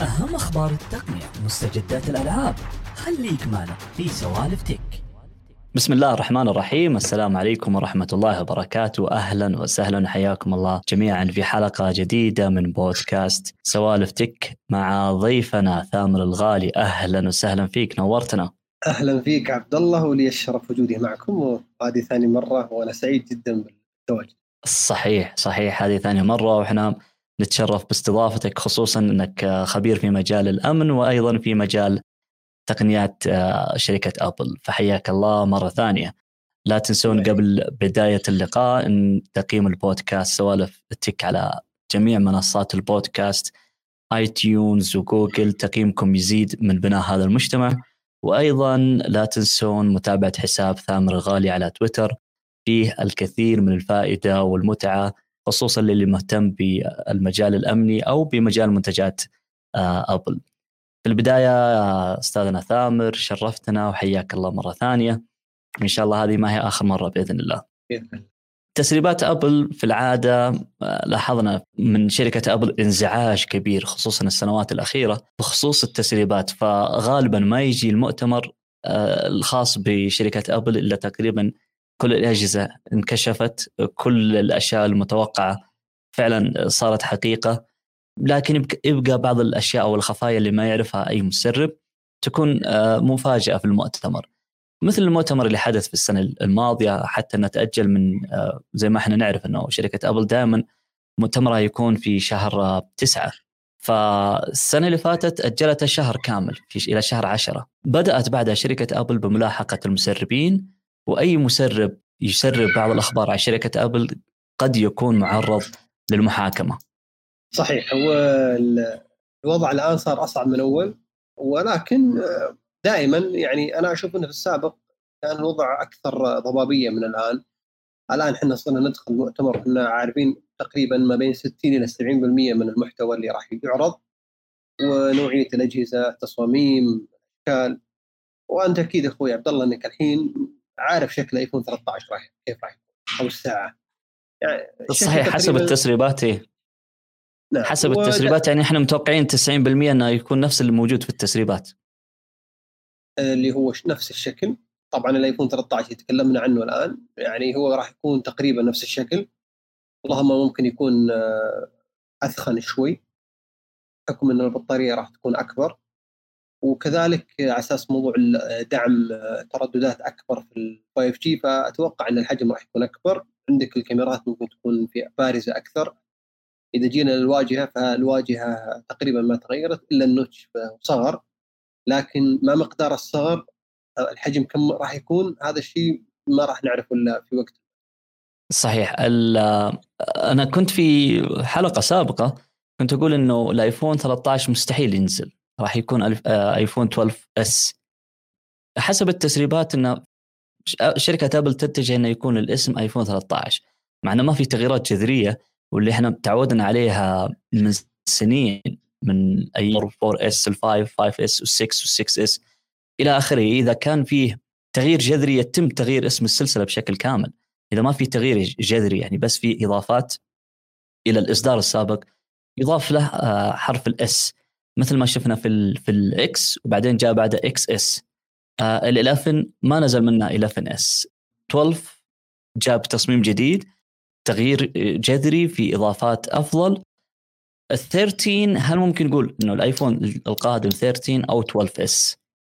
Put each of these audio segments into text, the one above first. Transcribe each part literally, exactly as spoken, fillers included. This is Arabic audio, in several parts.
أهم أخبار التقنية ومستجدات الألعاب، خليك معنا في سوالف تك. بسم الله الرحمن الرحيم. السلام عليكم ورحمة الله وبركاته. أهلا وسهلا، حياكم الله جميعا في حلقة جديدة من بودكاست سوالف تك مع ضيفنا ثامر الغالي. أهلا وسهلا فيك، نورتنا. أهلا فيك عبد الله، ولي الشرف وجودي معكم، وهذه ثاني مرة وأنا سعيد جدا بالتواجد. صحيح صحيح هذه ثاني مرة، وإحنا نتشرف باستضافتك، خصوصا أنك خبير في مجال الأمن وأيضا في مجال تقنيات شركة أبل، فحياك الله مرة ثانية. لا تنسون قبل بداية اللقاء أن تقييم البودكاست سوالف التك على جميع منصات البودكاست، آي تيونز وجوجل. تقييمكم يزيد من بناء هذا المجتمع. وأيضا لا تنسون متابعة حساب ثامر الغالي على تويتر، فيه الكثير من الفائدة والمتعة، خصوصا للي مهتم بالمجال الأمني أو بمجال منتجات أبل. في البداية أستاذنا ثامر، شرفتنا وحياك الله مرة ثانية. إن شاء الله هذه ما هي آخر مرة بإذن الله. تسريبات أبل في العادة لاحظنا من شركة أبل انزعاج كبير، خصوصا السنوات الأخيرة بخصوص التسريبات، فغالبا ما يجي المؤتمر الخاص بشركة أبل إلا تقريبا كل الأجهزة انكشفت، كل الأشياء المتوقعة فعلا صارت حقيقة، لكن يبقى بعض الأشياء أو الخفايا اللي ما يعرفها أي مسرب تكون مفاجأة في المؤتمر، مثل المؤتمر اللي حدث في السنة الماضية حتى نتأجل من زي ما احنا نعرف أنه شركة أبل دائما مؤتمرها يكون في شهر تسعة، فالسنة اللي فاتت أجلتها شهر كامل في إلى شهر عشرة. بدأت بعدها شركة أبل بملاحقة المسربين، وأي مسرب يسرب بعض الأخبار عن شركة أبل قد يكون معرض للمحاكمة. صحيح، هو الوضع الآن صار أصعب من أول، ولكن دائما يعني أنا أشوف أنه في السابق كان الوضع أكثر ضبابية من الآن. الآن حنا صرنا ندخل مؤتمر كنا عارفين تقريبا ما بين ستين إلى سبعين بالمئة من المحتوى اللي راح يعرض، ونوعية الأجهزة، تصاميم، أشكال. وأنت أكيد أخوي عبد الله أنك الحين عارف شكل آيفون ثلاثة عشر راح كيف راح يكون، أو الساعة يعني صحيح حسب التسريبات. نعم. حسب التسريبات يعني احنا متوقعين تسعين بالمئة انه يكون نفس اللي موجود في التسريبات، اللي هو نفس الشكل. طبعا الايفون ثلاثة عشر يتكلمنا عنه الان، يعني هو راح يكون تقريبا نفس الشكل، اللهم ممكن يكون اثخن شوي حكم ان البطاريه راح تكون اكبر، وكذلك على اساس موضوع دعم ترددات اكبر في ال فايف جي، فاتوقع ان الحجم راح يكون اكبر. عندك الكاميرات ممكن تكون في بارزه اكثر. اذا جينا للواجهه فالواجهه تقريبا ما تغيرت الا النوتش صغر، لكن ما مقدار الصغر الحجم كم راح يكون، هذا الشيء ما راح نعرفه الا في وقت. صحيح. انا كنت في حلقه سابقه كنت اقول انه الايفون ثلاثة عشر مستحيل ينزل، راح يكون ايفون اثنا عشر اس. حسب التسريبات ان شركه ابل تتجه انه يكون الاسم ايفون ثلاثة عشر، مع انه ما في تغييرات جذريه واللي احنا تعودنا عليها من سنين، من اي فور اس الفايف فايف اس والسكس والسكس اس الى اخره. اذا كان فيه تغيير جذري يتم تغيير اسم السلسله بشكل كامل. اذا ما في تغيير جذري يعني بس في اضافات الى الاصدار السابق، يضاف له حرف الاس، مثل ما شفنا في ال في الاكس وبعدين جاء بعد اكس اس. ال11 ما نزل منه إحدى عشر اس، اثنا عشر جاء بتصميم جديد، تغيير جذري في اضافات افضل. ال13 هل ممكن نقول انه الايفون القادم ثلاثة عشر او اثنا عشر اس؟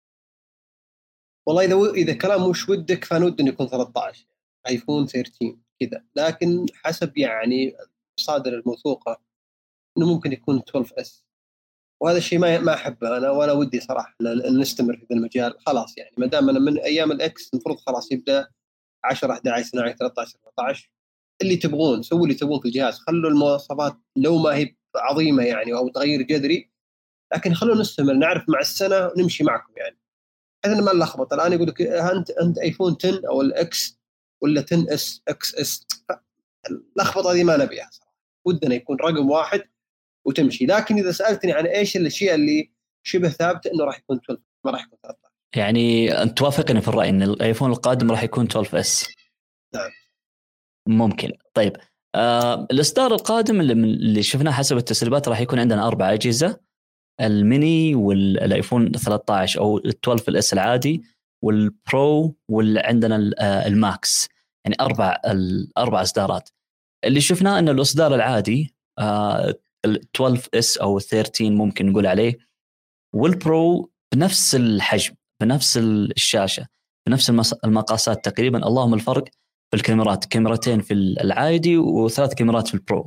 والله اذا اذا كلام وش ودك فنود انه يكون ثلاثة عشر ايفون ثلاثة عشر كذا، لكن حسب يعني المصادر الموثوقه انه ممكن يكون اثنا عشر اس، وهذا الشيء ما ما احبه انا، ولا ودي صراحه ان نستمر في المجال. خلاص يعني ما دام انا من ايام الاكس المفروض خلاص يبدا عشرة احد عشر اثنا عشر ثلاثة عشر أربعة عشر، اللي تبغون سووا اللي تبغون في الجهاز، خلوا المواصفات لو ما هي عظيمه يعني او تغيير جذري، لكن خلونا نستمر نعرف مع السنه ونمشي معكم يعني. احنا ما نلخبط الان يقول لك انت انت ايفون عشرة او الاكس ولا عشرة اس اكس اس، اللخبطه هذه ما نبيها صراحه. ودنا يكون رقم واحد وتمشي. لكن اذا سالتني عن ايش الاشياء اللي شبه ثابته انه راح يكون اثنا عشر ما راح يكون ثلاثة عشر. يعني انت توافقني في الراي ان الايفون القادم راح يكون اثنا عشر اس؟ نعم ممكن. طيب آه الاصدار القادم اللي, اللي شفناه حسب التسريبات راح يكون عندنا اربع اجهزه، الميني والايفون ثلاثة عشر او اثنا عشر الاس العادي والبرو وعندنا الماكس، يعني اربع الاربع اصدارات. اللي شفناه ان الاصدار العادي ال اثنا عشر اس او ثلاثة عشر ممكن نقول عليه، والبرو بنفس الحجم بنفس الشاشه بنفس المقاسات تقريبا، اللهم الفرق في الكاميرات، كاميرتين في العادي وثلاث كاميرات في البرو.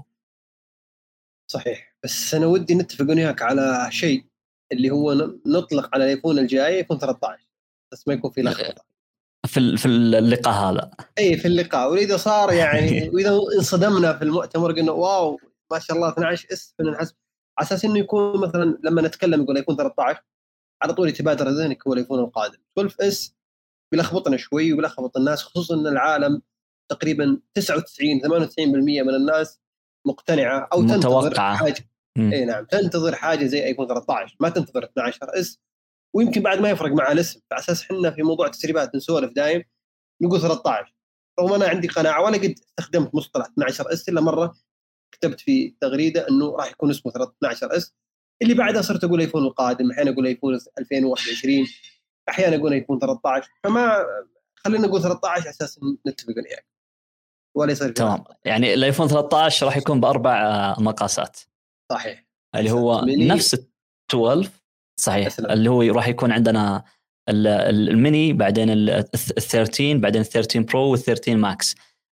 صحيح، بس انا ودي نتفق وياك على شيء اللي هو نطلق على الايفون الجاي ايفون ثلاثة عشر بس ما يكون في لخبطه في في اللقاء هذا. اي في اللقاء، واذا صار يعني واذا انصدمنا في المؤتمر قلنا واو ما شاء الله اثنا عشر اس فنحسب على اساس انه يكون مثلا لما نتكلم يقول ايفون ثلاثة عشر على طول يتبادر ذهنك هو الايفون القادم. اثنا عشر اس بيلخبطنا شوي وبيلخبط الناس، خصوصا ان العالم تقريبا تسعة وتسعين ثمانية وتسعين بالمئة من الناس مقتنعه او تنتظر حاجه. اي نعم، تنتظر حاجه زي ايفون ثلاثة عشر، ما تنتظر اثنا عشر اس، ويمكن بعد ما يفرق مع الاسم. على اساس احنا في موضوع تسريبات نسولف دايم نقول ثلاثة عشر، رغم انا عندي قناعه ولا قد استخدمت مصطلح اثنا عشر اس الا مره كتبت في تغريده انه راح يكون اسمه اثنا عشر اس، اللي بعدها صرت اقول ايفون القادم، احيانا اقول ايفون ألفين وواحد وعشرين، احيانا اقول ايفون ثلاثة عشر، فما خلينا نقول ثلاثة عشر اساس نتفق وياك ولا يصير. تمام، يعني الايفون ثلاثة عشر راح يكون باربع مقاسات. صحيح، اللي هو نفس ال اثنا عشر. صحيح، أسلم. اللي هو راح يكون عندنا الميني، بعدين ال ثلاثة عشر، بعدين ال ثلاثة عشر برو وال ثلاثة عشر ماكس.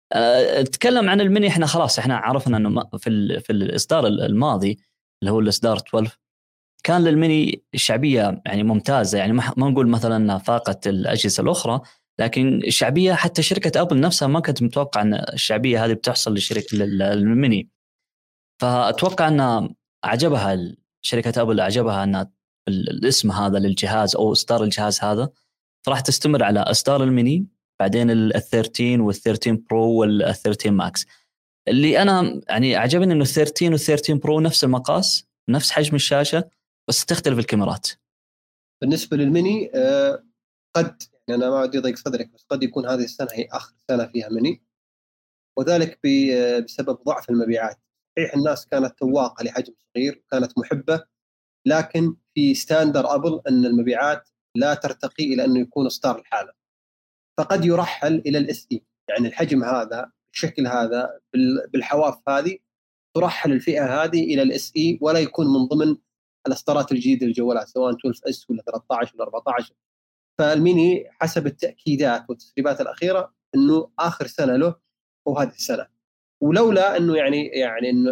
اتكلم عن الميني، احنا خلاص احنا عرفنا انه في في الاصدار الماضي اللي هو الاصدار اثنا عشر كان للميني شعبيه يعني ممتازه، يعني ما نقول مثلا فاقت الاجهزه الاخرى، لكن الشعبيه حتى شركه ابل نفسها ما كنت متوقع ان الشعبيه هذه بتحصل لشركه الميني. فاتوقع ان عجبها شركه ابل، عجبها ان الاسم هذا للجهاز او اصدار الجهاز هذا، فراح تستمر على اصدار الميني، بعدين ال ثلاثة عشر وال ثلاثة عشر برو وال ثلاثة عشر ماكس. اللي انا يعني عجبني انه ثلاثة عشر وال ثلاثة عشر برو نفس المقاس نفس حجم الشاشه، بس تختلف الكاميرات. بالنسبه للميني آه قد يعني انا ما ودي اضيق صدرك، بس قد يكون هذه السنه هي اخر سنه فيها ميني، وذلك بسبب ضعف المبيعات. صحيح الناس كانت تواقه لحجم صغير وكانت محبه، لكن في ستاندر ابل ان المبيعات لا ترتقي الى انه يكون اصدار الحاله، فقد يرحل الى الاس اي. يعني الحجم هذا بالشكل هذا بالحواف هذه ترحل الفئه هذه الى الاس اي، ولا يكون من ضمن الاصدارات الجديده للجوالات سواء اثنا عشر اس ولا ثلاثة عشر ولا أربعة عشر. فالميني حسب التاكيدات والتسريبات الاخيره انه اخر سنه له وهذه السنه، ولولا انه يعني يعني انه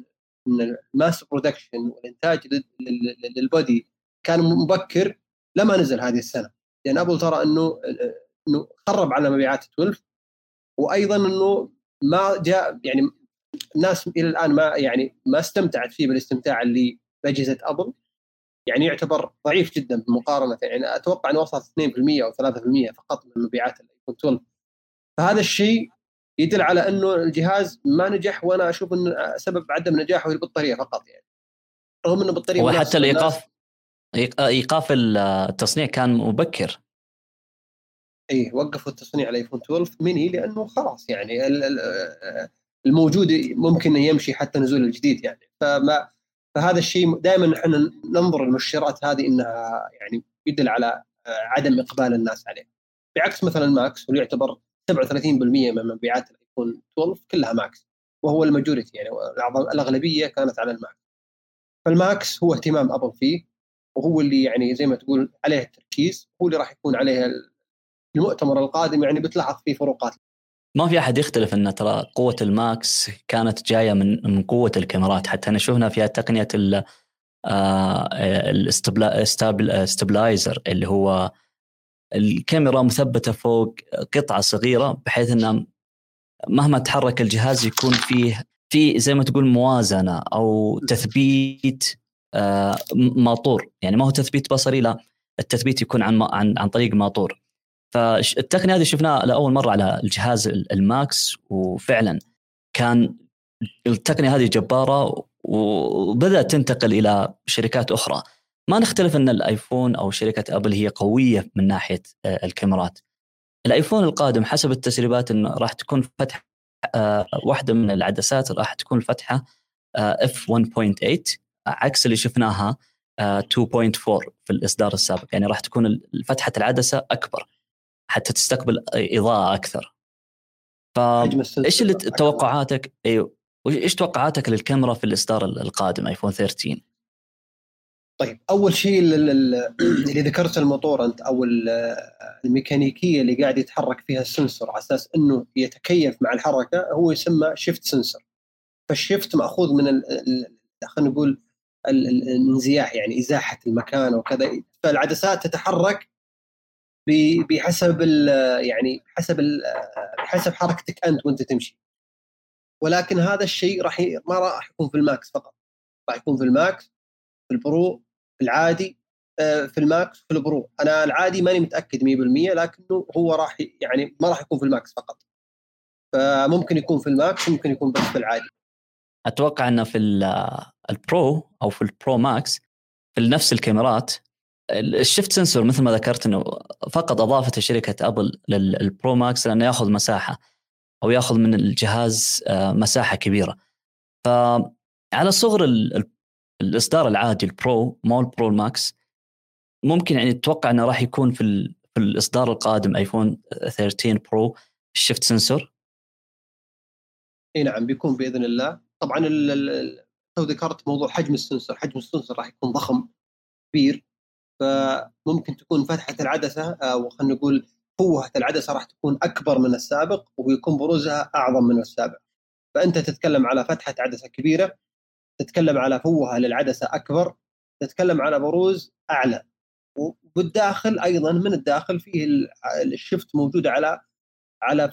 ان الماس برودكشن والانتاج للبودي كان مبكر لما نزل هذه السنه، لان يعني ابل ترى انه انه خرب على مبيعات اثنا عشر، وايضا انه ما جاء يعني الناس الى الان ما يعني ما استمتعت فيه بالاستمتاع اللي باجهزه ابل، يعني يعتبر ضعيف جدا مقارنه. يعني اتوقع انه وصل اثنين بالمئة او ثلاثة بالمئة فقط من مبيعات الايفون اثنا عشر، فهذا الشيء يدل على انه الجهاز ما نجح، وانا اشوف ان سبب عدم نجاحه البطاريه فقط، يعني رغم انه البطاريه وحتى الايقاف ايقاف التصنيع كان مبكر. اي وقفوا التصنيع على ايفون اثنا عشر ميني لانه خلاص يعني الموجود ممكن يمشي حتى نزول الجديد، يعني فما فهذا الشيء دائما احنا ننظر المؤشرات هذه انها يعني يدل على عدم اقبال الناس عليه، بعكس مثلا الماكس واللي يعتبر سبعة وثلاثين بالمئة من مبيعات الايفون اثنا عشر كلها ماكس، وهو الماجوريتي يعني الاغلبيه كانت على الماكس. فالماكس هو اهتمام ابل فيه، وهو اللي يعني زي ما تقول عليه التركيز، هو اللي راح يكون عليه المؤتمر القادم، يعني بتلاحظ فيه فروقات. ما في احد يختلف ان ترى قوه الماكس كانت جايه من من قوه الكاميرات، حتى انا شفنا فيها تقنيه ال الاستابلايزر اللي هو الكاميرا مثبته فوق قطعه صغيره، بحيث ان مهما تحرك الجهاز يكون فيه في زي ما تقول موازنه او تثبيت ماطور، يعني ما هو تثبيت بصري، لا التثبيت يكون عن عن عن طريق ماطور. فالتقنيه هذه شفناها لاول مره على الجهاز الماكس، وفعلا كان التقنيه هذه جباره، وبدات تنتقل الى شركات اخرى. ما نختلف ان الايفون او شركه ابل هي قويه من ناحيه الكاميرات. الايفون القادم حسب التسريبات انه راح تكون فتحه واحده من العدسات راح تكون الفتحه اف واحد نقطة ثمانية عكس اللي شفناها اثنين فاصلة أربعة في الإصدار السابق، يعني راح تكون فتحة العدسة أكبر حتى تستقبل إضاءة أكثر. فإيش اللي توقعاتك؟ أيوه، وإيش توقعاتك للكاميرا في الإصدار القادم آيفون ثلاثة عشر؟ طيب أول شيء اللي ذكرت الموتور أنت، أو الميكانيكية اللي قاعد يتحرك فيها السنسور على أساس أنه يتكيف مع الحركة، هو يسمى شيفت سنسور. فالشيفت مأخوذ من خلينا نقول الانزياح، يعني إزاحة المكان وكذا. فالعدسات تتحرك بحسب يعني حسب حسب حركتك أنت وأنت تمشي. ولكن هذا الشيء راح ي... ما راح يكون في الماكس فقط، راح يكون في الماكس، في البرو، في العادي، في الماكس، في البرو. أنا العادي ماني متأكد مية بالمية، لكنه هو راح يعني ما راح يكون في الماكس فقط، فممكن يكون في الماكس، ممكن يكون بس في العادي. أتوقع أنه في البرو أو في البرو ماكس في نفس الكاميرات الشيفت سنسور مثل ما ذكرت أنه فقط أضافت شركة أبل للبرو ماكس لأنه يأخذ مساحة أو يأخذ من الجهاز مساحة كبيرة. فعلى صغر الإصدار العادي البرو مو البرو الماكس، ممكن يعني تتوقع أنه راح يكون في في الإصدار القادم آيفون ثلاثة عشر برو الشيفت سنسور؟ اي نعم بيكون باذن الله. طبعا لو ذكرت موضوع حجم السنسور، حجم السنسور راح يكون ضخم كبير، فممكن تكون فتحه العدسه او خلينا نقول قوه العدسه راح تكون اكبر من السابق، ويكون بروزها اعظم من السابق. فانت تتكلم على فتحه عدسه كبيره، تتكلم على فوهه للعدسه اكبر، تتكلم على بروز اعلى. وبالداخل ايضا من الداخل فيه الشفت موجود على على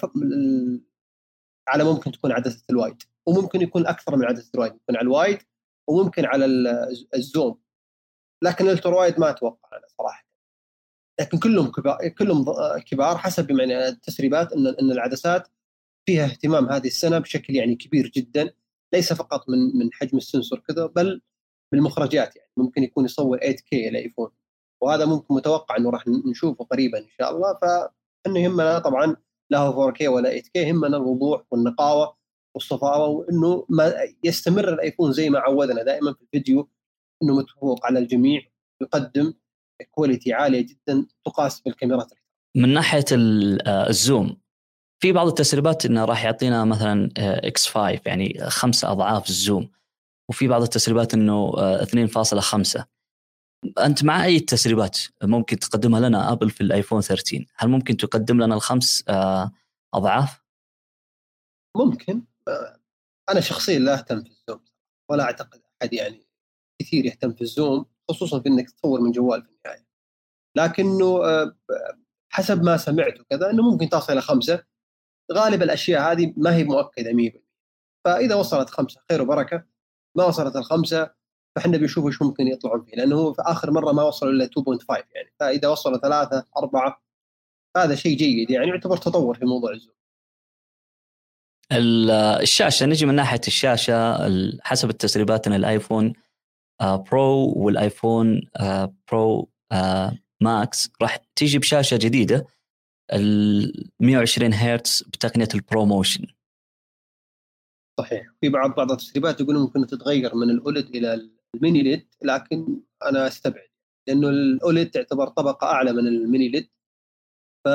على ممكن تكون عدسة الوايد، وممكن يكون أكثر من عدسة الوايد، يكون على الوايد وممكن على الزوم. لكن الالترا وايد ما أتوقع أنا صراحة. لكن كلهم كبار، كلهم كبار حسب يعني التسريبات أن أن العدسات فيها اهتمام هذه السنة بشكل يعني كبير جدا، ليس فقط من من حجم السنسور كذا، بل بالمخرجات. يعني ممكن يكون يصور ثمانية كي الايفون، وهذا ممكن متوقع انه راح نشوفه قريبا ان شاء الله. فانه يهمنا طبعا لا فور كي ولا ثمانية كي، يهمنا الوضوح والنقاوه والصفاوه، وانه ما يستمر الايفون زي ما عودنا دائما في الفيديو انه متفوق على الجميع، يقدم كواليتي عاليه جدا تقاس بالكاميرات. من ناحيه الزوم في بعض التسريبات انه راح يعطينا مثلا إكس خمسة، يعني خمسة اضعاف الزوم، وفي بعض التسريبات انه اثنين فاصلة خمسة. انت مع اي تسريبات ممكن تقدمها لنا ابل في الايفون ثلاثة عشر؟ هل ممكن تقدم لنا الخمس اضعاف؟ ممكن. انا شخصيا لا اهتم في الزوم، ولا اعتقد احد يعني كثير يهتم في الزوم، خصوصا في انك تصور من جوال في النهايه. لكنه حسب ما سمعت وكذا انه ممكن تصل الى خمسه. غالب الاشياء هذه ما هي مؤكده مية بالمية، فاذا وصلت خمسه خير وبركه، ما وصلت الخمسه فاحنا بنشوف ايش ممكن يطلعون فيه، لانه هو في اخر مره ما وصلوا الا اثنين فاصلة خمسة يعني. فاذا وصلوا ثلاثه اربعه هذا شيء جيد، يعني يعتبر تطور في موضوع الزوم. الشاشه، نجي من ناحيه الشاشه، حسب التسريبات ان الايفون برو والايفون برو ماكس راح تيجي بشاشه جديده ال مئة وعشرين هرتز بتقنيه البرو موشن. صحيح. في بعض بعض التسريبات يقولون ممكن تتغير من الاولد الى الميني ليد، لكن انا استبعد، لانه الاولد تعتبر طبقه اعلى من الميني ليد. ف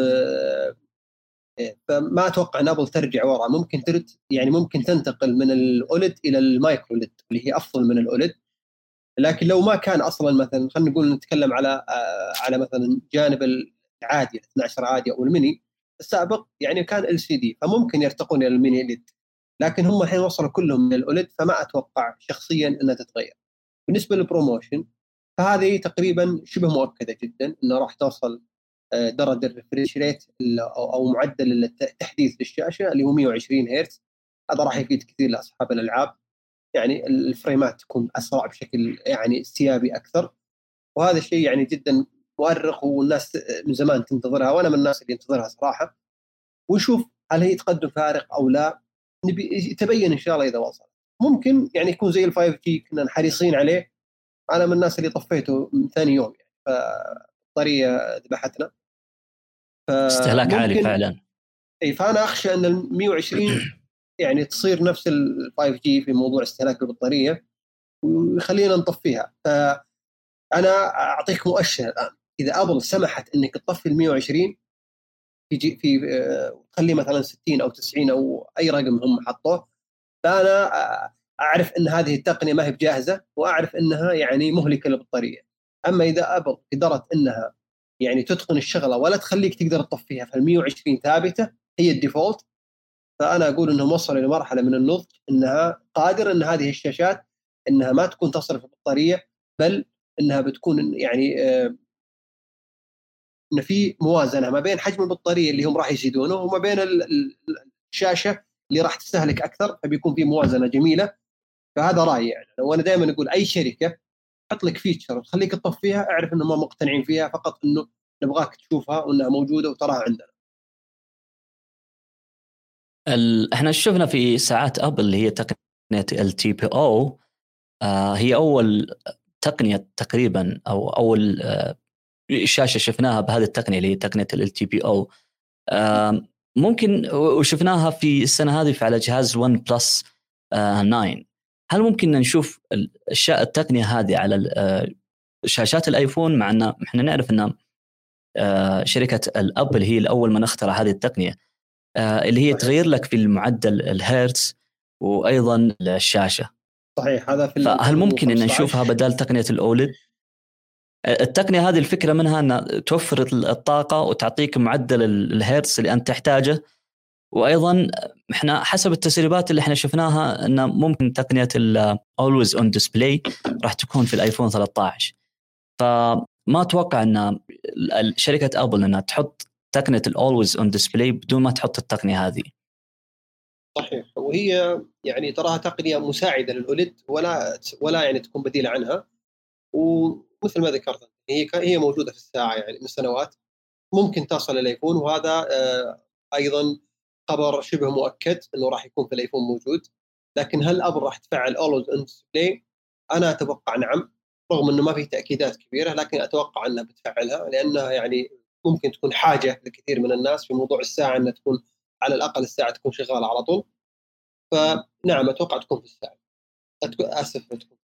فما اتوقع ان ابل ترجع وراء. ممكن ترد يعني ممكن تنتقل من الاولد الى المايكرو ليد اللي هي افضل من الاولد. لكن لو ما كان اصلا مثلا خلينا نقول نتكلم على على مثلا جانب العادي اثنا عشر عادي او الميني السابق، يعني كان ال سي دي، فممكن يرتقون الى الميني ليد. لكن هم الحين وصلوا كلهم من الاولد، فما اتوقع شخصيا انها تتغير. بالنسبه للبروموشن فهذه تقريبا شبه مؤكده جدا انه راح توصل درجه الريفريش ريت او معدل التحديث للشاشه اللي هو مئة وعشرين هرتز. هذا راح يفيد كثير لاصحاب الالعاب، يعني الفريمات تكون اسرع بشكل يعني استيابي اكثر. وهذا الشيء يعني جدا مؤرخ، والناس من زمان تنتظرها، وانا من الناس اللي ينتظرها صراحه. ونشوف هل هي تقدم فارق او لا، نبي تبين ان شاء الله اذا وصل. ممكن يعني يكون زي الفايف جي كنا حريصين عليه، انا من الناس اللي طفيته من ثاني يوم يعني، فالطريقه ذبحتنا. استهلاك عالي فعلا. اي فانا اخشى ان ال مئة وعشرين يعني تصير نفس ال فايف جي في موضوع استهلاك البطاريه ويخلينا نطفيها. ف انا اعطيك مؤشر الان، اذا ابل سمحت انك تطفي ال مية وعشرين في في تخلي مثلا ستين او تسعين او اي رقم هم حطوه، فانا اعرف ان هذه التقنيه ما هي بجاهزه، واعرف انها يعني مهلكه للبطاريه. اما اذا ابل قدرت انها يعني تتقن الشغله ولا تخليك تقدر تطفيها، فال مية وعشرين ثابته هي الديفولت، فانا اقول انهم وصلوا لمرحله من النضج انها قادر ان هذه الشاشات انها ما تكون تصرف البطاريه، بل انها بتكون يعني آه ان في موازنه ما بين حجم البطاريه اللي هم راح يزيدونه وما بين الشاشه اللي راح تستهلك اكثر، فبيكون في موازنه جميله. فهذا رايي يعني، وانا دائما اقول اي شركه تحط لك فيتشر وتخليك تطفيها، اعرف انهم ما مقتنعين فيها، فقط انه نبغاك تشوفها وانها موجوده وتراها عندنا. ال... احنا شفنا في ساعات ابل اللي هي تقنيه ال تي بي او، آه هي اول تقنيه تقريبا او اول آه شاشه شفناها بهذه التقنيه اللي هي تقنيه ال تي بي او. آه ممكن وشفناها في السنه هذه على جهاز ون بلس آه تسعة. هل ممكن نشوف الاشياء التقنيه هذه على آه شاشات الايفون، مع ان احنا نعرف ان آه شركه الابل هي الاول من اخترع هذه التقنيه آه اللي هي صحيح. تغير لك في المعدل الهيرتز وايضا الشاشه. صحيح، هذا في فهل ممكن ان خمسة عشر. نشوفها بدال تقنيه الاولد؟ التقنيه هذه الفكره منها ان توفر الطاقه وتعطيك معدل الهيرتز اللي انت تحتاجه، وايضا احنا حسب التسريبات اللي احنا شفناها ان ممكن تقنيه الاولويز اون ديسبلاي راح تكون في الايفون ثلاثة عشر. فما اتوقع ان شركه ابل انها تحط تقنيه الاولويز اون ديسبلاي بدون ما تحط التقنيه هذه. صحيح، وهي يعني تراها تقنيه مساعده للاولد، ولا ولا يعني تكون بديله عنها. ومثل ما ذكرت هي هي موجوده في الساعه يعني من سنوات، ممكن تصل الايفون، وهذا ايضا خبر شبه مؤكد انه راح يكون في الايفون موجود. لكن هل ابل راح تفعل اولويز اون ديسبلاي؟ انا اتوقع نعم، رغم انه ما في تاكيدات كبيره، لكن اتوقع انها بتفعلها، لانها يعني ممكن تكون حاجه لكثير من الناس في موضوع الساعه انها تكون على الاقل الساعه تكون شغاله على طول. فنعم اتوقع تكون في الساعه، اسف تكون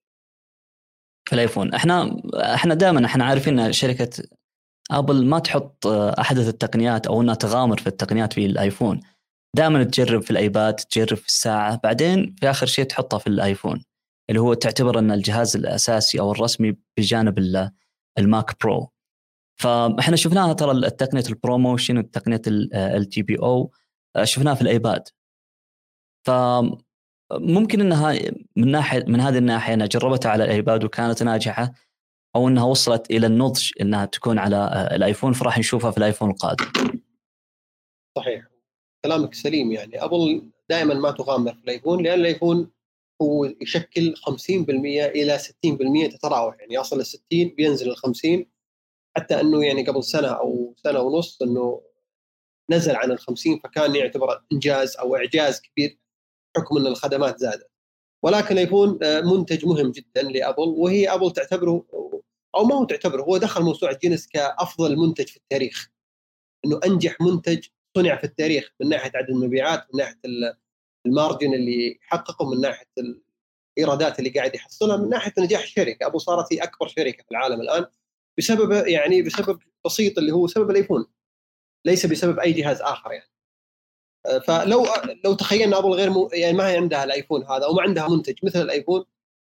في الايفون. احنا احنا دائما احنا عارفين ان شركه ابل ما تحط احدث التقنيات او انها تغامر في التقنيات في الايفون، دائما تجرب في الايباد، تجرب في الساعه، بعدين في اخر شيء تحطها في الايفون اللي هو تعتبر ان الجهاز الاساسي او الرسمي بجانب الماك برو. فاحنا شفناها ترى التقنيه البروموشن والتقنيه ال تي بي او شفناها في الايباد. فممكن انها من ناحيه من هذه الناحيه انها جربتها على الايباد وكانت ناجحه، او انها وصلت الى النضج انها تكون على الايفون، فراح نشوفها في الايفون القادم. صحيح، كلامك سليم. يعني ابل دائما ما تغامر في الايفون، لان الايفون هو يشكل خمسين بالمئة الى ستين بالمئة تتراوح، يعني يصل ل ستين بينزل ل خمسين، حتى انه يعني قبل سنه او سنه ونص انه نزل عن ال خمسين، فكان يعتبر انجاز او اعجاز كبير بحكم ان الخدمات زادت. ولكن الايفون منتج مهم جدا لابل، وهي ابل تعتبره او ما هو تعتبره، هو دخل موسوعه جينيس كافضل منتج في التاريخ، انه انجح منتج صنع في التاريخ من ناحيه عدد المبيعات، من ناحيه المارجن اللي حققه، من ناحيه الايرادات اللي قاعد يحصلها، من ناحيه نجاح الشركه. ابو صارت هي اكبر شركه في العالم الان بسبب يعني بسبب بسيط اللي هو سبب الايفون، ليس بسبب اي جهاز اخر يعني. فلو لو تخيلنا ابل غير م... يعني ما هي عندها الايفون هذا او ما عندها منتج مثل الايفون،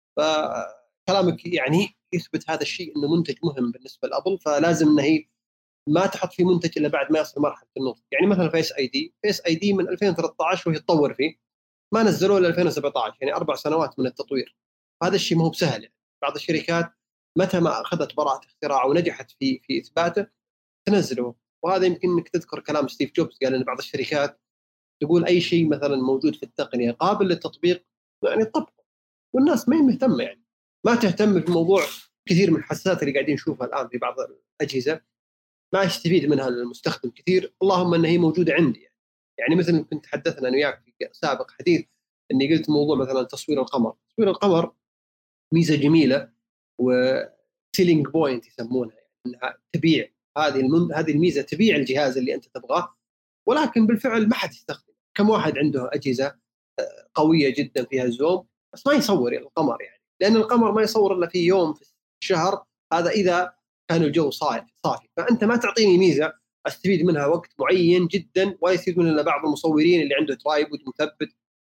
فكلامك يعني يثبت هذا الشيء انه منتج مهم بالنسبه لابل، فلازم انها هي ما تحط في منتج الا بعد ما يصل مرحله النضج. يعني مثلا فيس اي دي فيس اي دي من ألفين وثلاثة عشر وهي تطور فيه، ما نزلوه الا ألفين وسبعة عشر، يعني اربع سنوات من التطوير. هذا الشيء ما هو بسهل يعني. بعض الشركات متى ما اخذت براءه اختراع ونجحت في في اثباته تنزله. وهذا يمكن انك تذكر كلام ستيف جوبز، قال ان بعض الشركات تقول اي شيء مثلا موجود في التقنيه قابل للتطبيق يعني تطبقه، والناس ما هي مهتمه، يعني ما تهتم بموضوع كثير من الحساسات اللي قاعدين نشوفها الان في بعض الاجهزه ما يستفيد منها المستخدم كثير، اللهم ان هي موجوده عندي. يعني, يعني مثل كنت حدثنا انا وياك في سابق حديث اني قلت موضوع مثلا تصوير القمر. تصوير القمر ميزه جميله وسيلينج بوينت يسمونها، يعني انها تبيع هذه المن... هذه الميزه تبيع الجهاز اللي انت تبغاه، ولكن بالفعل ما حد يستخدم. كم واحد عنده اجهزه قويه جدا فيها الزوم بس ما يصور القمر، يعني لان القمر ما يصور الا في يوم في الشهر، هذا إذا كان الجو صافي صافي فأنت ما تعطيني ميزة أستفيد منها وقت معين جدا ويستفيد منها بعض المصورين اللي عنده ترايبود مثبت.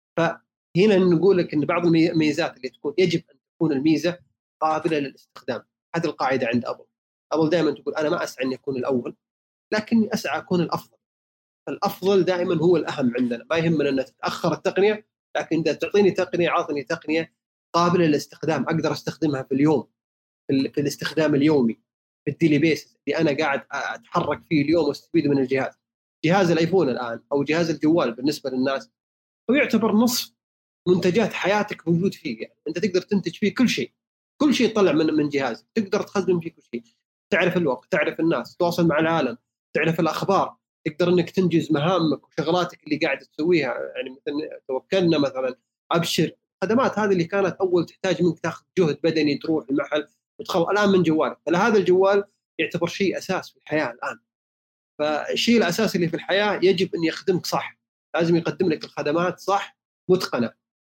فهنا نقول لك إن بعض الميزات اللي تكون يجب أن تكون الميزة قابلة للاستخدام. هذه القاعدة عند أبل. أبل دائما تقول أنا ما أسعى أن يكون الأول لكني أسعى أكون الأفضل. الأفضل دائما هو الأهم عندنا. ما يهمنا أن تتأخر التقنية لكن إذا تعطيني تقنية عاطني تقنية قابلة للاستخدام أقدر أستخدمها في اليوم في, في الاستخدام اليومي في الديلي بيس اللي أنا قاعد أتحرك فيه اليوم واستفيد من الجهاز. جهاز الآيفون الآن أو جهاز الجوال بالنسبة للناس هو يعتبر نصف منتجات حياتك موجود فيه. يعني أنت تقدر تنتج فيه كل شيء كل شيء طلع من من جهاز تقدر تخزن فيه كل شيء. تعرف الوقت تعرف الناس تواصل مع العالم تعرف الأخبار تقدر انك تنجز مهامك وشغلاتك اللي قاعد تسويها. يعني مثلا توكلنا مثلا ابشر الخدمات هذه اللي كانت اول تحتاج منك تاخذ جهد بدني تروح المحل وتخلص الان من جوالك. فهذا الجوال يعتبر شيء اساس في الحياه الان. فالشيء الاساسي اللي في الحياه يجب ان يخدمك صح. لازم يقدم لك الخدمات صح متقنه.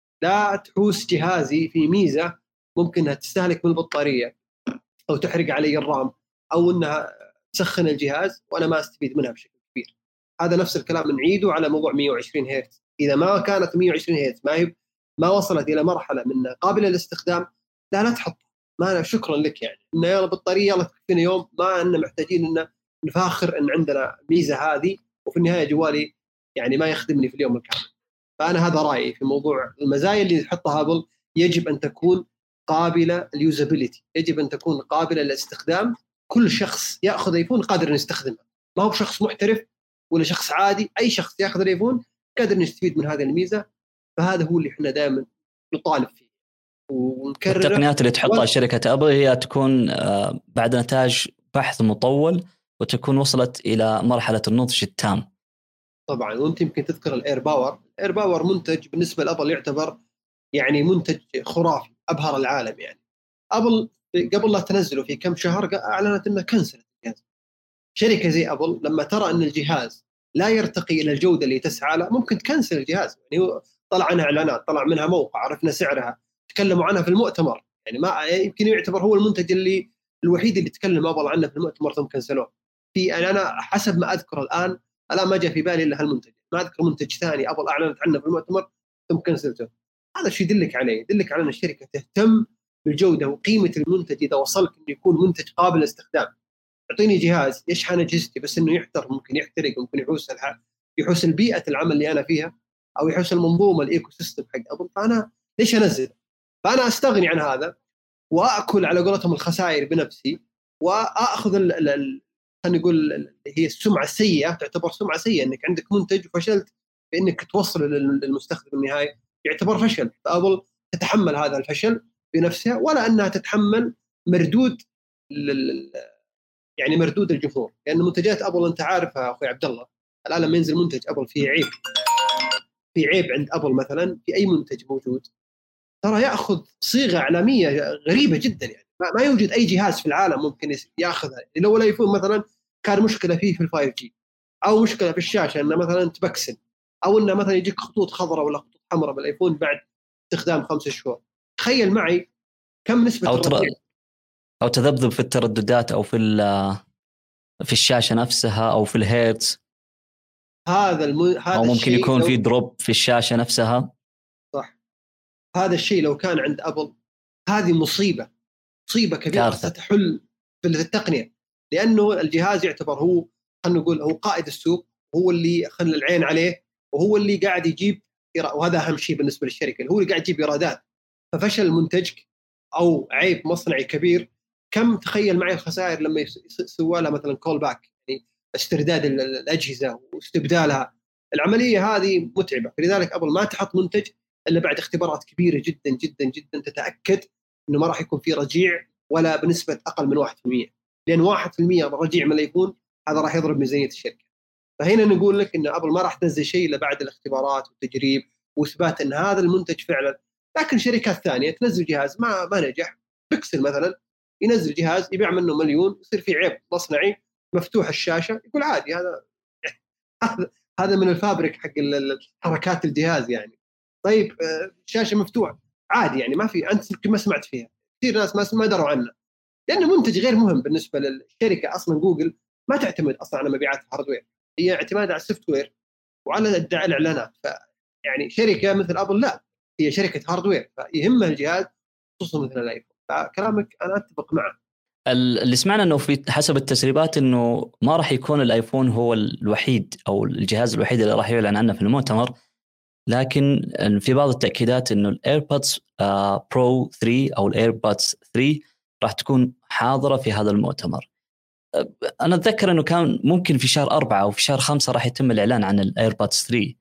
لا تحوس جهازي في ميزه ممكن انها تستهلك من البطاريه او تحرق علي الرام او انها تسخن الجهاز وانا ما استفيد منها بشكل كبير. هذا نفس الكلام نعيده على موضوع مية وعشرين هرتز. اذا ما كانت مية وعشرين هرتز ما هي ما وصلت الى مرحله من قابله للاستخدام لا لا تحط ما شكرا لك. يعني ان يلا بطاريه يلا تكفينا يوم ما ان محتاجين ان نفاخر ان عندنا ميزه هذه وفي النهايه جوالي يعني ما يخدمني في اليوم الكامل. فانا هذا رايي في موضوع المزايا اللي تحطها ابل. يجب ان تكون قابله اليوزابيلتي يجب ان تكون قابله للاستخدام. كل شخص ياخذ ايفون قادر ان يستخدمه. ما هو شخص محترف ولا شخص عادي اي شخص ياخذ الايفون قادر نستفيد من هذه الميزه. فهذا هو اللي احنا دائما نطالب فيه ونكرر. التقنيات اللي تحطها و... شركه ابل هي تكون بعد نتاج بحث مطول وتكون وصلت الى مرحله النضج التام. طبعا وانت يمكن تذكر الاير باور. الاير باور منتج بالنسبه لابل يعتبر يعني منتج خرافي ابهر العالم. يعني ابل قبل لا تنزله في كم شهر اعلنت انها كنسلت الجهاز. شركه زي ابل لما ترى ان الجهاز لا يرتقي الى الجوده اللي تسعى لها ممكن تكنسل الجهاز. يعني طلع عنها اعلانات طلع منها موقع عرفنا سعرها تكلموا عنها في المؤتمر. يعني ما يمكن يعتبر هو المنتج اللي الوحيد اللي تكلم ابل عنه في المؤتمر ثم كنسلوه. في يعني انا حسب ما اذكر الان الان ما جاء في بالي الا هالمنتج. ما اذكر منتج ثاني ابل اعلنت عنه في المؤتمر ثم كنسلته. هذا الشيء يدلك عليه يدلك على ان الشركه تهتم بالجوده وقيمه المنتج. اذا وصلت انه يكون منتج قابل للاستخدام اعطيني جهاز يشحن اجهزتي بس انه يحتر ممكن يحترق ممكن يحوس الح... يحوس البيئه العمل اللي انا فيها او يحوس المنظومه الايكو سيستم حق ابل. فانا ليش انزل؟ فانا استغني عن هذا واكل على قولتهم الخسائر بنفسي واخذ ال ال... خلينا نقول هي السمعه السيئه. تعتبر سمعه سيئه انك عندك منتج وفشلت بانك توصله للمستخدم النهائي يعتبر فشل. فابل تتحمل هذا الفشل بنفسها ولا انها تتحمل مردود لل... يعني مردود الجمهور. لان يعني منتجات ابل انت عارفها اخوي عبد الله الان لما ينزل منتج ابل فيه عيب في عيب عند ابل مثلا في اي منتج موجود ترى ياخذ صيغه اعلاميه غريبه جدا. يعني ما يوجد اي جهاز في العالم ممكن ياخذها. لو الايفون مثلا كان مشكله فيه في الفايف جي او مشكله في الشاشه انه مثلا تبكسل او انه مثلا يجيك خطوط خضراء ولا خطوط حمراء بالايفون بعد استخدام خمسة شهور. تخيل معي كم نسبه أو, تر... أو تذبذب في الترددات أو في في الشاشة نفسها أو في الهيرتز. هذا الم... هذا أو ممكن يكون لو... في دروب في الشاشة نفسها. صح. هذا الشيء لو كان عند أبل هذه مصيبة مصيبة كبيرة كارثة. ستحل في التقنية. لأنه الجهاز يعتبر هو خلينا نقول هو قائد السوق هو اللي خلنا العين عليه وهو اللي قاعد يجيب إرا... وهذا أهم شيء بالنسبة للشركة هو اللي قاعد يجيب إيرادات. ففشل منتجك أو عيب مصنعي كبير كم تخيل معي الخسائر لما يسوى لها مثلا كول باك يعني استرداد الأجهزة واستبدالها. العملية هذه متعبة. فلذلك أبل ما تحط منتج إلا بعد اختبارات كبيرة جدا جدا جدا تتأكد إنه ما راح يكون في رجيع ولا بنسبة أقل من واحد في المية. لأن واحد في المية رجيع من يكون هذا راح يضرب ميزانية الشركة. فهنا نقول لك إن أبل ما راح تنزل شيء إلا بعد الاختبارات والتجريب وإثبات إن هذا المنتج فعلا. لكن شركات ثانية تنزل جهاز ما ما نجح بيكسل مثلا ينزل جهاز يبيع منه مليون يصير في عيب مصنعي مفتوح الشاشة يقول عادي هذا هذا من الفابريك حق حركات الجهاز. يعني طيب الشاشة مفتوحة عادي يعني ما في أنت يمكن ما سمعت فيها كثير ناس ما ما دروا عنها لانه منتج غير مهم بالنسبه للشركه. اصلا جوجل ما تعتمد اصلا على مبيعات الهاردوير، هي اعتماد على السوفت وير وعلى ادعاء الاعلانات. ف يعني شركه مثل ابل لا، هي شركه هاردوير فيهمها الجهاز، خصوصا مثل الايفون. فكلامك انا اتفق معه. اللي سمعنا انه في حسب التسريبات انه ما راح يكون الايفون هو الوحيد او الجهاز الوحيد اللي راح يعلن عنه في المؤتمر، لكن في بعض التاكيدات انه الايربودز برو ثري او الايربودز ثري راح تكون حاضره في هذا المؤتمر. انا اتذكر انه كان ممكن في شهر أربعة او في شهر خمسة راح يتم الاعلان عن الايربودز ثري،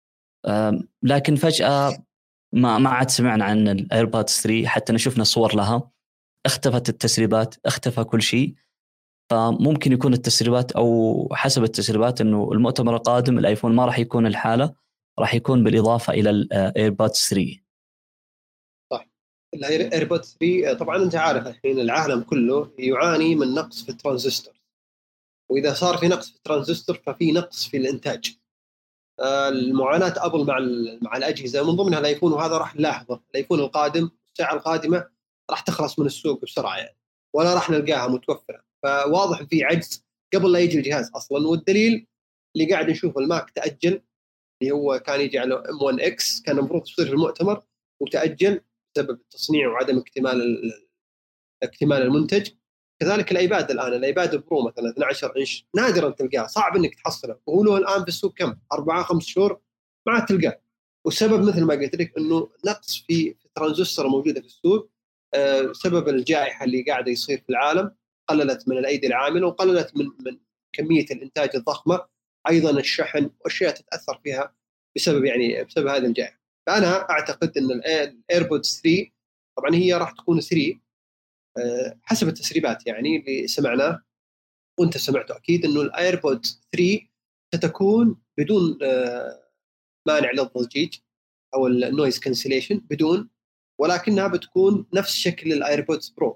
لكن فجاه ما ما عاد سمعنا عن الايربودز ثري، حتى شفنا صور لها، اختفت التسريبات، اختفى كل شيء. فممكن يكون التسريبات او حسب التسريبات انه المؤتمر القادم الايفون ما راح يكون الحاله، راح يكون بالاضافه الى الايربودز ثري. صح. الايربودز ثري طبعا انت عارف الحين العالم كله يعاني من نقص في الترانزستور، واذا صار في نقص في الترانزستور ففي نقص في الانتاج. المعاناه ابل مع مع الاجهزه من ضمنها الايفون، وهذا راح نلاحظه. الايفون القادم الساعه القادمه راح تخلص من السوق بسرعه يعني، ولا راح نلقاها متوفره. فواضح في عجز قبل لا يجي الجهاز اصلا. والدليل اللي قاعد نشوفه الماك تاجل، اللي هو كان يجي على ام ون اكس، كان المفروض يصير في المؤتمر وتاجل بسبب التصنيع وعدم اكتمال اكتمال المنتج. كذلك الايباد الان، الايباد برو مثلا اثني عشر انش نادرا تلقاه، صعب انك تحصله، وهو له الان في السوق كم أربعة خمس شهور ما عاد تلقاه. والسبب مثل ما قلت لك انه نقص في الترانزستور موجوده في السوق بسبب الجائحه اللي قاعده يصير في العالم، قللت من الايدي العامله وقللت من من كميه الانتاج الضخمه، ايضا الشحن واشياء تتاثر فيها بسبب يعني بسبب هذه الجائحه. فانا اعتقد ان الايربودز ثري طبعا هي راح تكون ثري حسب التسريبات يعني اللي سمعناه وانت سمعته اكيد، انه الايربودز ثري ستكون بدون مانع للضجيج او النويز كانسليشن بدون، ولكنها بتكون نفس شكل الايربودز برو،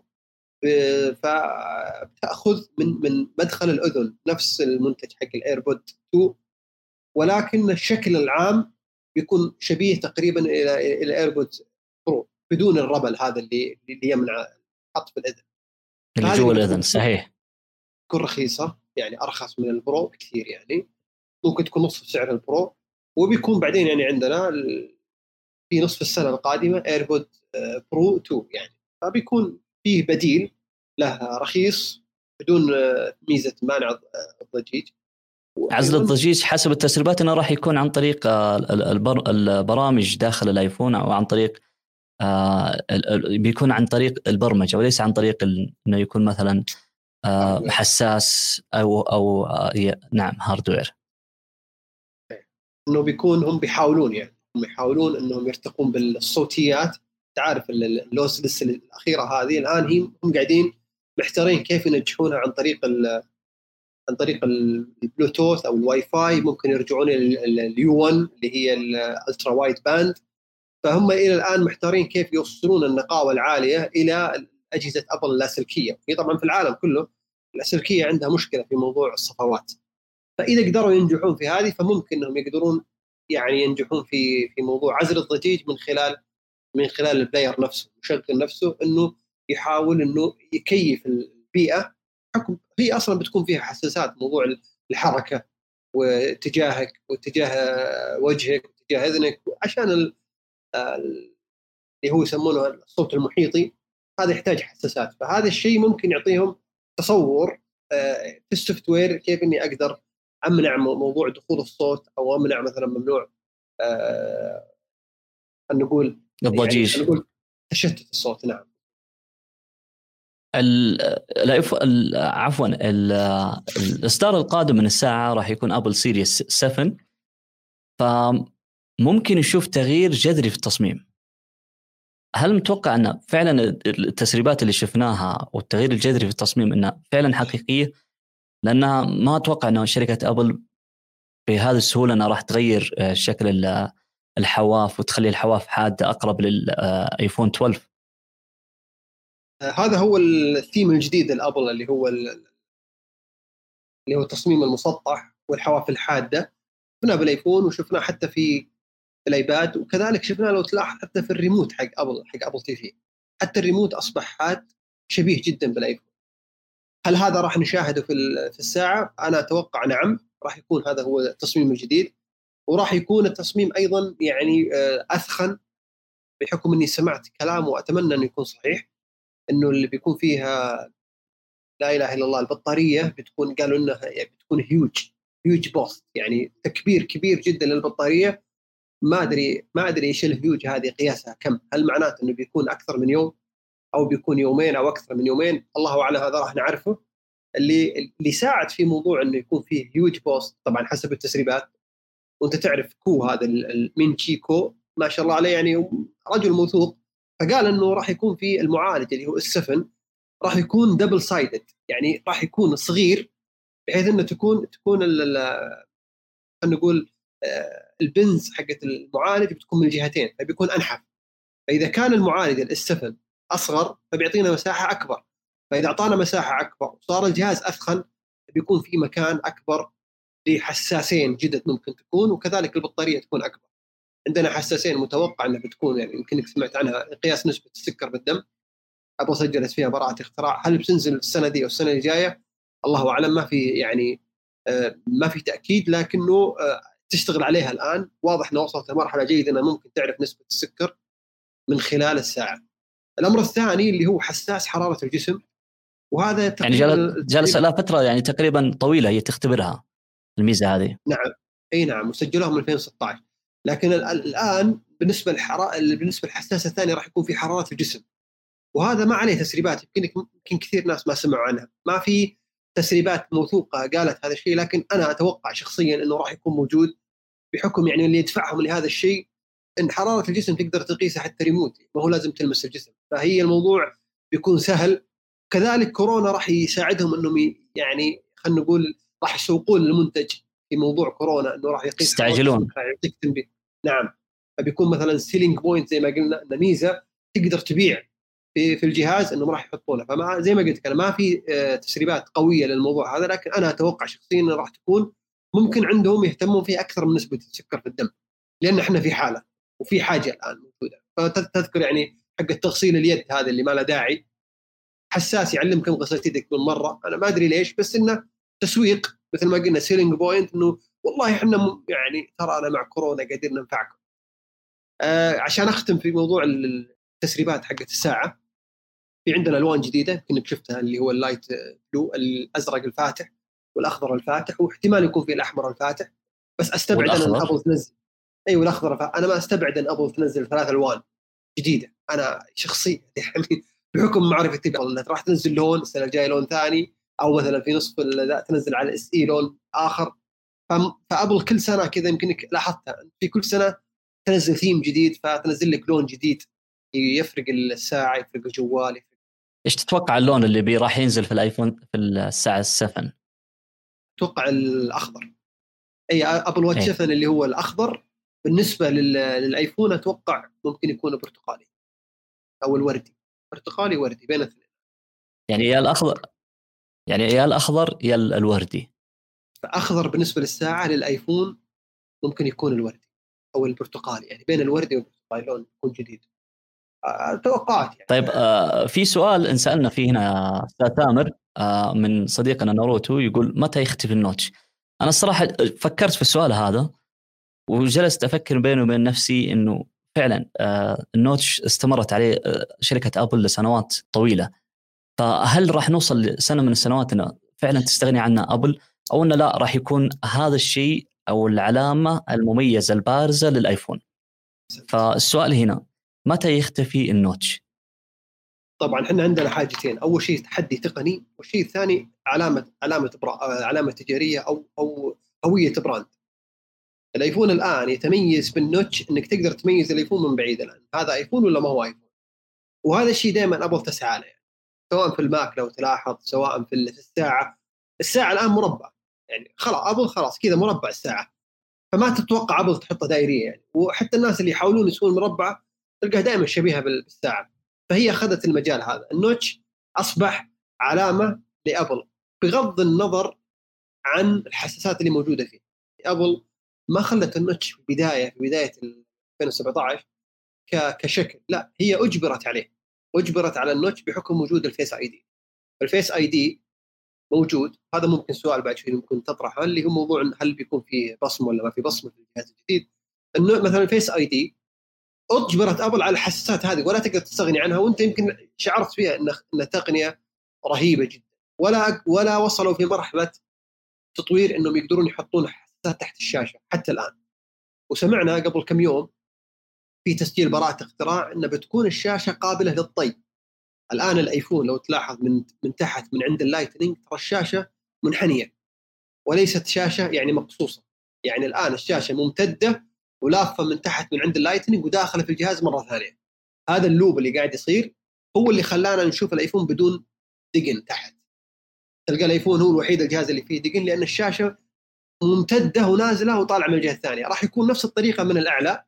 فتاخذ من من مدخل الاذن نفس المنتج حق الايربود تو، ولكن الشكل العام بيكون شبيه تقريبا الى الايربودز برو بدون الربل هذا اللي اللي يمنع حط في الاذن، اللي جوا الاذن. صحيح، تكون رخيصه يعني ارخص من البرو بكثير، يعني ممكن تكون نصف سعر البرو. وبيكون بعدين يعني عندنا في نصف السنه القادمه ايربود برو تو يعني، فبيكون فيه بديل له رخيص بدون ميزه مانع الضجيج. عزل الضجيج حسب التسريبات انه راح يكون عن طريق البرامج داخل الايفون، او عن طريق بيكون عن طريق البرمجه وليس عن طريق انه يكون مثلا حساس او او نعم هاردوير. انه بيكون هم بيحاولون يعني هم يحاولون انهم يرتقون بالصوتيات. تعرف اللوسلس الاخيره هذه الان هي هم قاعدين محتارين كيف ينجحونها عن طريق عن طريق البلوتوث او الواي فاي. ممكن يرجعون اليو ون اللي هي الالترا وايد باند. فهم الى الان محتارين كيف يوصلون النقاوه العاليه الى اجهزه ابل اللاسلكيه. هي طبعا في العالم كله اللاسلكيه عندها مشكله في موضوع الصفوات، فاذا قدروا ينجحون في هذه فممكن انهم يقدرون يعني ينجحون في في موضوع عزل الضجيج من خلال من خلال البلاير نفسه، مشغل نفسه، انه يحاول انه يكيف البيئه. حكم هي اصلا بتكون فيها حساسات، موضوع الحركه واتجاهك واتجاه وجهك واتجاه اذنك، عشان اللي هو يسمونه الصوت المحيطي هذا يحتاج حساسات. فهذا الشيء ممكن يعطيهم تصور في السوفت وير كيف اني اقدر امنع موضوع دخول الصوت، او امنع مثلا ممنوع أه نقول الضجيج يعني نقول تشتت الصوت. نعم. ال عفوا الاصدار القادم من الساعه راح يكون ابل سيريس سفن، فممكن نشوف تغيير جذري في التصميم. هل متوقع ان فعلا التسريبات اللي شفناها والتغيير الجذري في التصميم انها فعلا حقيقيه؟ لانها ما اتوقع انه شركه ابل بهذه السهوله انها راح تغير شكل الحواف وتخلي الحواف حاده اقرب للايفون اثنا عشر. هذا هو الثيم الجديد الابل اللي هو اللي هو التصميم المسطح والحواف الحاده. شفناه بالايفون وشفناه حتى في الايباد، وكذلك شفناه لو تلاحظ حتى في الريموت حق ابل حق ابل تي في. حتى الريموت اصبح حاد شبيه جدا بالايفون. هل هذا راح نشاهده في في الساعه؟ انا اتوقع نعم، راح يكون هذا هو التصميم الجديد، وراح يكون التصميم ايضا يعني اثخن، بحكم اني سمعت كلام واتمنى انه يكون صحيح، انه اللي بيكون فيها لا اله الا الله البطاريه بتكون، قالوا انها يعني بتكون هيوج هيوج بوست، يعني تكبير كبير جدا للبطاريه. ما ادري ما ادري ايش الهيوج هذه قياسها كم، هل معناته انه بيكون اكثر من يوم او بيكون يومين او اكثر من يومين؟ الله اعلم، هذا راح نعرفه. اللي اللي ساعد في موضوع انه يكون فيه هيوج بوست طبعا حسب التسريبات، وانت تعرف كو هذا المين تشيكو ما شاء الله عليه، يعني رجل موثوق، فقال انه راح يكون في المعالج اللي هو السفن راح يكون دبل سايدد، يعني راح يكون صغير بحيث انه تكون تكون خلينا نقول البنز حقت المعالج بتكون من الجهتين، فبيكون انحف. فاذا كان المعالج السفن اصغر فبيعطينا مساحه اكبر، فاذا اعطانا مساحه اكبر وصار الجهاز اثخن بيكون في مكان اكبر لحساسين جدد ممكن تكون، وكذلك البطاريه تكون اكبر. عندنا حساسين متوقع انها بتكون، يعني يمكنك سمعت عنها، قياس نسبه السكر بالدم. ابو سجلت فيها براءه اختراع، هل بتنزل السنه دي او السنه الجايه الله اعلم، ما في يعني ما في تاكيد، لكنه تشتغل عليها الان. واضح انها وصلت لمرحله جيده انها ممكن تعرف نسبه السكر من خلال الساعه. الامر الثاني اللي هو حساس حراره الجسم، وهذا يعني جالس لها فتره يعني تقريبا طويله هي تختبرها الميزه هذه. نعم اي نعم، وسجلوها من ألفين وستة عشر، لكن الان بالنسبه للحراره بالنسبه للحساس الثاني راح يكون في حراره الجسم، وهذا ما عليه تسريبات، يمكن يمكن كثير ناس ما سمعوا عنها، ما في تسريبات موثوقه قالت هذا الشيء، لكن انا اتوقع شخصيا انه راح يكون موجود، بحكم يعني اللي يدفعهم لهذا الشيء ان حراره الجسم تقدر تقيسها حتى ريموت، ما هو لازم تلمس الجسم، فهي الموضوع بيكون سهل. كذلك كورونا راح يساعدهم انهم يعني خلينا نقول راح يسوقون المنتج في موضوع كورونا، انه راح يقيس يستعجلون، يعطيك تنبيه. نعم، فبيكون مثلا سيلينج بوينت زي ما قلنا، ان ميزه تقدر تبيع في في الجهاز انه راح يحطونه. فما زي ما قلت انا ما في تسريبات قويه للموضوع هذا، لكن انا اتوقع شخصيا انه راح تكون ممكن عندهم يهتمون فيه اكثر من نسبه السكر في الدم، لان احنا في حاله وفي حاجه الان موجوده. فتذكر يعني حق التغسيل اليد هذا اللي ما له داعي، حساس يعلم كم غسلت يدك من مره، انا ما ادري ليش، بس انه تسويق مثل ما قلنا، سيلينج بوينت، انه والله احنا يعني ترى انا مع كورونا قادرين ننفعكم. آه عشان اختم في موضوع التسريبات حقت الساعه، في عندنا الوان جديده يمكنك شفتها، اللي هو اللايت بلو، الازرق الفاتح والاخضر الفاتح، واحتمال يكون في الاحمر الفاتح، بس استبعد ان ابل تنزل. ايوه الاخضر، انا ما استبعد ان ابل تنزل ثلاث الوان جديده. انا شخصيا يعني بحكم معرفتي بابل راح تنزل لون السنه الجايه لون ثاني، او مثلا في نصف لا تنزل على الاس اي لون اخر. فابل كل سنه كذا يمكنك لاحظتها في كل سنه تنزل ثيم جديد، فتنزل لك لون جديد يفرق الساعه، يفرق الجوال، يفرق. ايش تتوقع اللون اللي بي راح ينزل في الايفون في الساعه السفن؟ اتوقع الاخضر. اي ابل واتش سفن اللي هو الاخضر. بالنسبه للايفون اتوقع ممكن يكون برتقالي او الوردي، برتقالي وردي بين الاثنين. يعني يا الاخضر يعني يا الاخضر يا الوردي. فاخضر بالنسبه للساعه للايفون ممكن يكون الوردي او البرتقالي، يعني بين الوردي والبرتقالي لون يكون جديد. توقعات يعني. طيب آه في سؤال انسالنا فيه هنا استاذ تامر آه من صديقنا ناروتو، يقول متى يختفي النوتش؟ انا الصراحه فكرت في السؤال هذا وجلست افكر بيني وبين نفسي انه فعلا آه النوتش استمرت عليه آه شركه ابل لسنوات طويله، فهل راح نوصل لسنه من السنوات انه فعلا تستغني عنه ابل، او انه لا راح يكون هذا الشيء او العلامه المميزه البارزه للايفون؟ فالسؤال هنا متى يختفي النوتش؟ طبعا احنا عندنا حاجتين، اول شيء تحدي تقني، والشيء الثاني علامه علامه علامه تجاريه او او هويه براند. الايفون الان يتميز بالنوتش، انك تقدر تميز الايفون من بعيد الان هذا ايفون ولا ما هو ايفون، وهذا الشيء دائما ابل تسعى له، يعني سواء في الماك لو تلاحظ، سواء في الساعه. الساعه الان مربع، يعني خلاص ابل خلاص كذا مربع الساعه، فما تتوقع ابل تحطها دائريه يعني، وحتى الناس اللي يحاولون يسوون مربع تلقاها دائما شبيهه بالساعه، فهي اخذت المجال هذا. النوتش اصبح علامه لابل بغض النظر عن الحساسات اللي موجوده فيه. ابل ما خلت النوتش في البدايه في بدايه ألفين وسبعة عشر كشكل، لا هي اجبرت عليه، اجبرت على النوتش بحكم وجود الفيس اي دي. الفيس اي دي موجود. هذا ممكن سؤال بعد شوي ممكن تطرحه، اللي هو موضوع هل بيكون في بصمه ولا ما في بصمه في الجهاز الجديد. انه مثلا فيس اي دي اجبرت ابل على الحساسات هذه ولا تقدر تستغني عنها، وانت يمكن شعرت فيها ان ان تقنيه رهيبه جدا، ولا ولا وصلوا في مرحله تطوير انهم يقدرون يحطون حساسات تحت الشاشه حتى الان. وسمعنا قبل كم يوم في تسجيل براءه اختراع ان بتكون الشاشه قابله للطي. الان الايفون لو تلاحظ من من تحت من عند اللايتنينج ترى الشاشه منحنيه وليست شاشه يعني مقصوصه، يعني الان الشاشه ممتده ولافه من تحت من عند اللايتنينج وداخله في الجهاز مره ثانيه. هذا اللوب اللي قاعد يصير هو اللي خلانا نشوف الايفون بدون دقن تحت. تلقى الايفون هو الوحيد الجهاز اللي فيه دقن لان الشاشه ممتده ونازله وطالعه من الجهه الثانيه. راح يكون نفس الطريقه من الاعلى،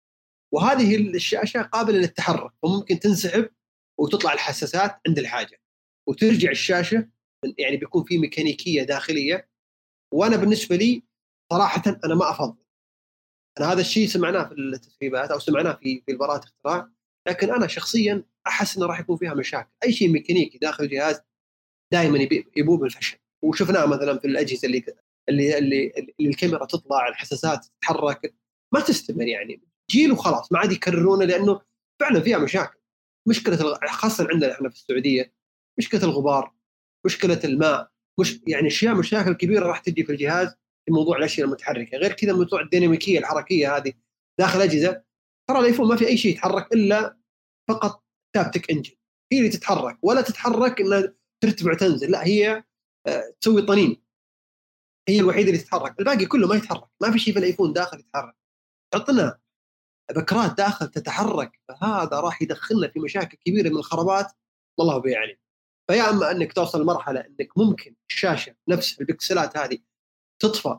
وهذه الشاشه قابله للتحرك وممكن تنسحب وتطلع الحساسات عند الحاجه وترجع الشاشه، يعني بيكون في ميكانيكيه داخليه. وانا بالنسبه لي صراحه انا ما افضل، انا هذا الشيء سمعناه في التسريبات او سمعناه في في البراءه اختراع، لكن انا شخصيا احس انه راح يكون فيها مشاكل. اي شيء ميكانيكي داخل الجهاز دائما يبوب الفشل، وشفناه مثلا في الاجهزه اللي اللي اللي, اللي الكاميرا تطلع الحساسات تتحرك ما تستمر، يعني جيل وخلاص ما عاد يكررونه لانه فعلا فيها مشاكل. مشكله خاصه عندنا احنا في السعوديه مشكله الغبار، مشكله الماء، مش يعني اشياء مشاكل كبيره راح تجي في الجهاز في موضوع الاشياء المتحركه. غير كذا موضوع الديناميكيه الحركيه هذه داخل الاجهزه، ترى الايفون ما في اي شيء يتحرك الا فقط تابتك انجن هي اللي تتحرك، ولا تتحرك انها ترتفع وتنزل، لا هي تسوي طنين، هي الوحيده اللي تتحرك. الباقي كله ما يتحرك، ما في شيء في الايفون داخل يتحرك. حطنا بكرات داخل تتحرك، فهذا راح يدخلنا في مشاكل كبيره من الخرابات والله بيعني. فيا اما انك توصل لمرحله انك ممكن الشاشه نفس البكسلات هذه تطفى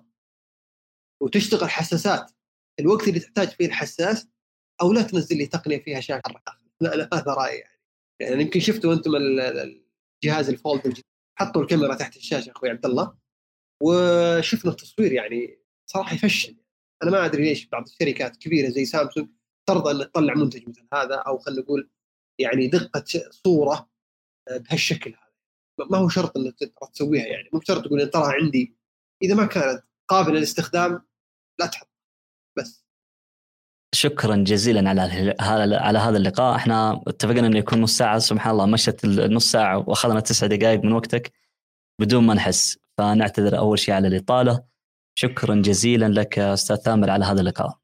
وتشتغل حساسات الوقت اللي تحتاج فيه الحساس، او لا تنزل لي تقنيه فيها شاشه. لا لا هذا رايي يعني. يعني يمكن شفتوا انتم الجهاز الفولد الجديد حطوا الكاميرا تحت الشاشه اخوي عبد الله وشفنا التصوير، يعني صراحه يفشل. انا ما ادري ليش بعض الشركات كبيره زي سامسونج ترضى ان تطلع منتج مثل هذا، او خلينا نقول يعني دقه صوره بهالشكل هذا. ما هو شرط انك تسويها، يعني مو شرط تقول تراها عندي، اذا ما كانت قابله للاستخدام لا تحط بس. شكرا جزيلا على على هذا اللقاء. احنا اتفقنا انه يكون نص ساعه، سبحان الله مشت النص ساعه واخذنا تسع دقائق من وقتك بدون ما نحس، فنعتذر اول شيء على الاطاله. شكرا جزيلا لك استاذ ثامر على هذا اللقاء.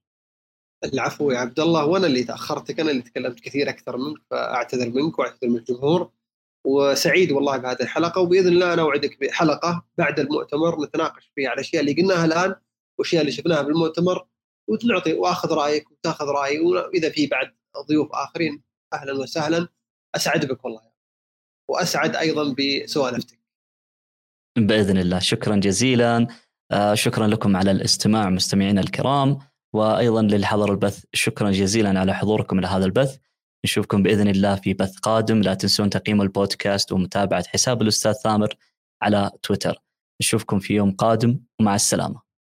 العفو يا عبد الله، وانا اللي تاخرتك، انا اللي تكلمت كثير اكثر منك، فاعتذر منك واعتذر من الجمهور. وسعيد والله بهذه الحلقه، وباذن الله انا اوعدك بحلقه بعد المؤتمر نتناقش فيها على الاشياء اللي قلناها الان والاشياء اللي شفناها بالمؤتمر، وتنعطي واخذ رايك وتاخذ رايي، واذا في بعد ضيوف اخرين اهلا وسهلا. اسعد بك والله، واسعد ايضا بسوالفتك باذن الله. شكرا جزيلا. آه شكرا لكم على الاستماع مستمعينا الكرام، وايضا للحضر البث شكرا جزيلا على حضوركم لهذا البث. نشوفكم باذن الله في بث قادم. لا تنسون تقييم البودكاست ومتابعه حساب الاستاذ ثامر على تويتر. نشوفكم في يوم قادم ومع السلامه.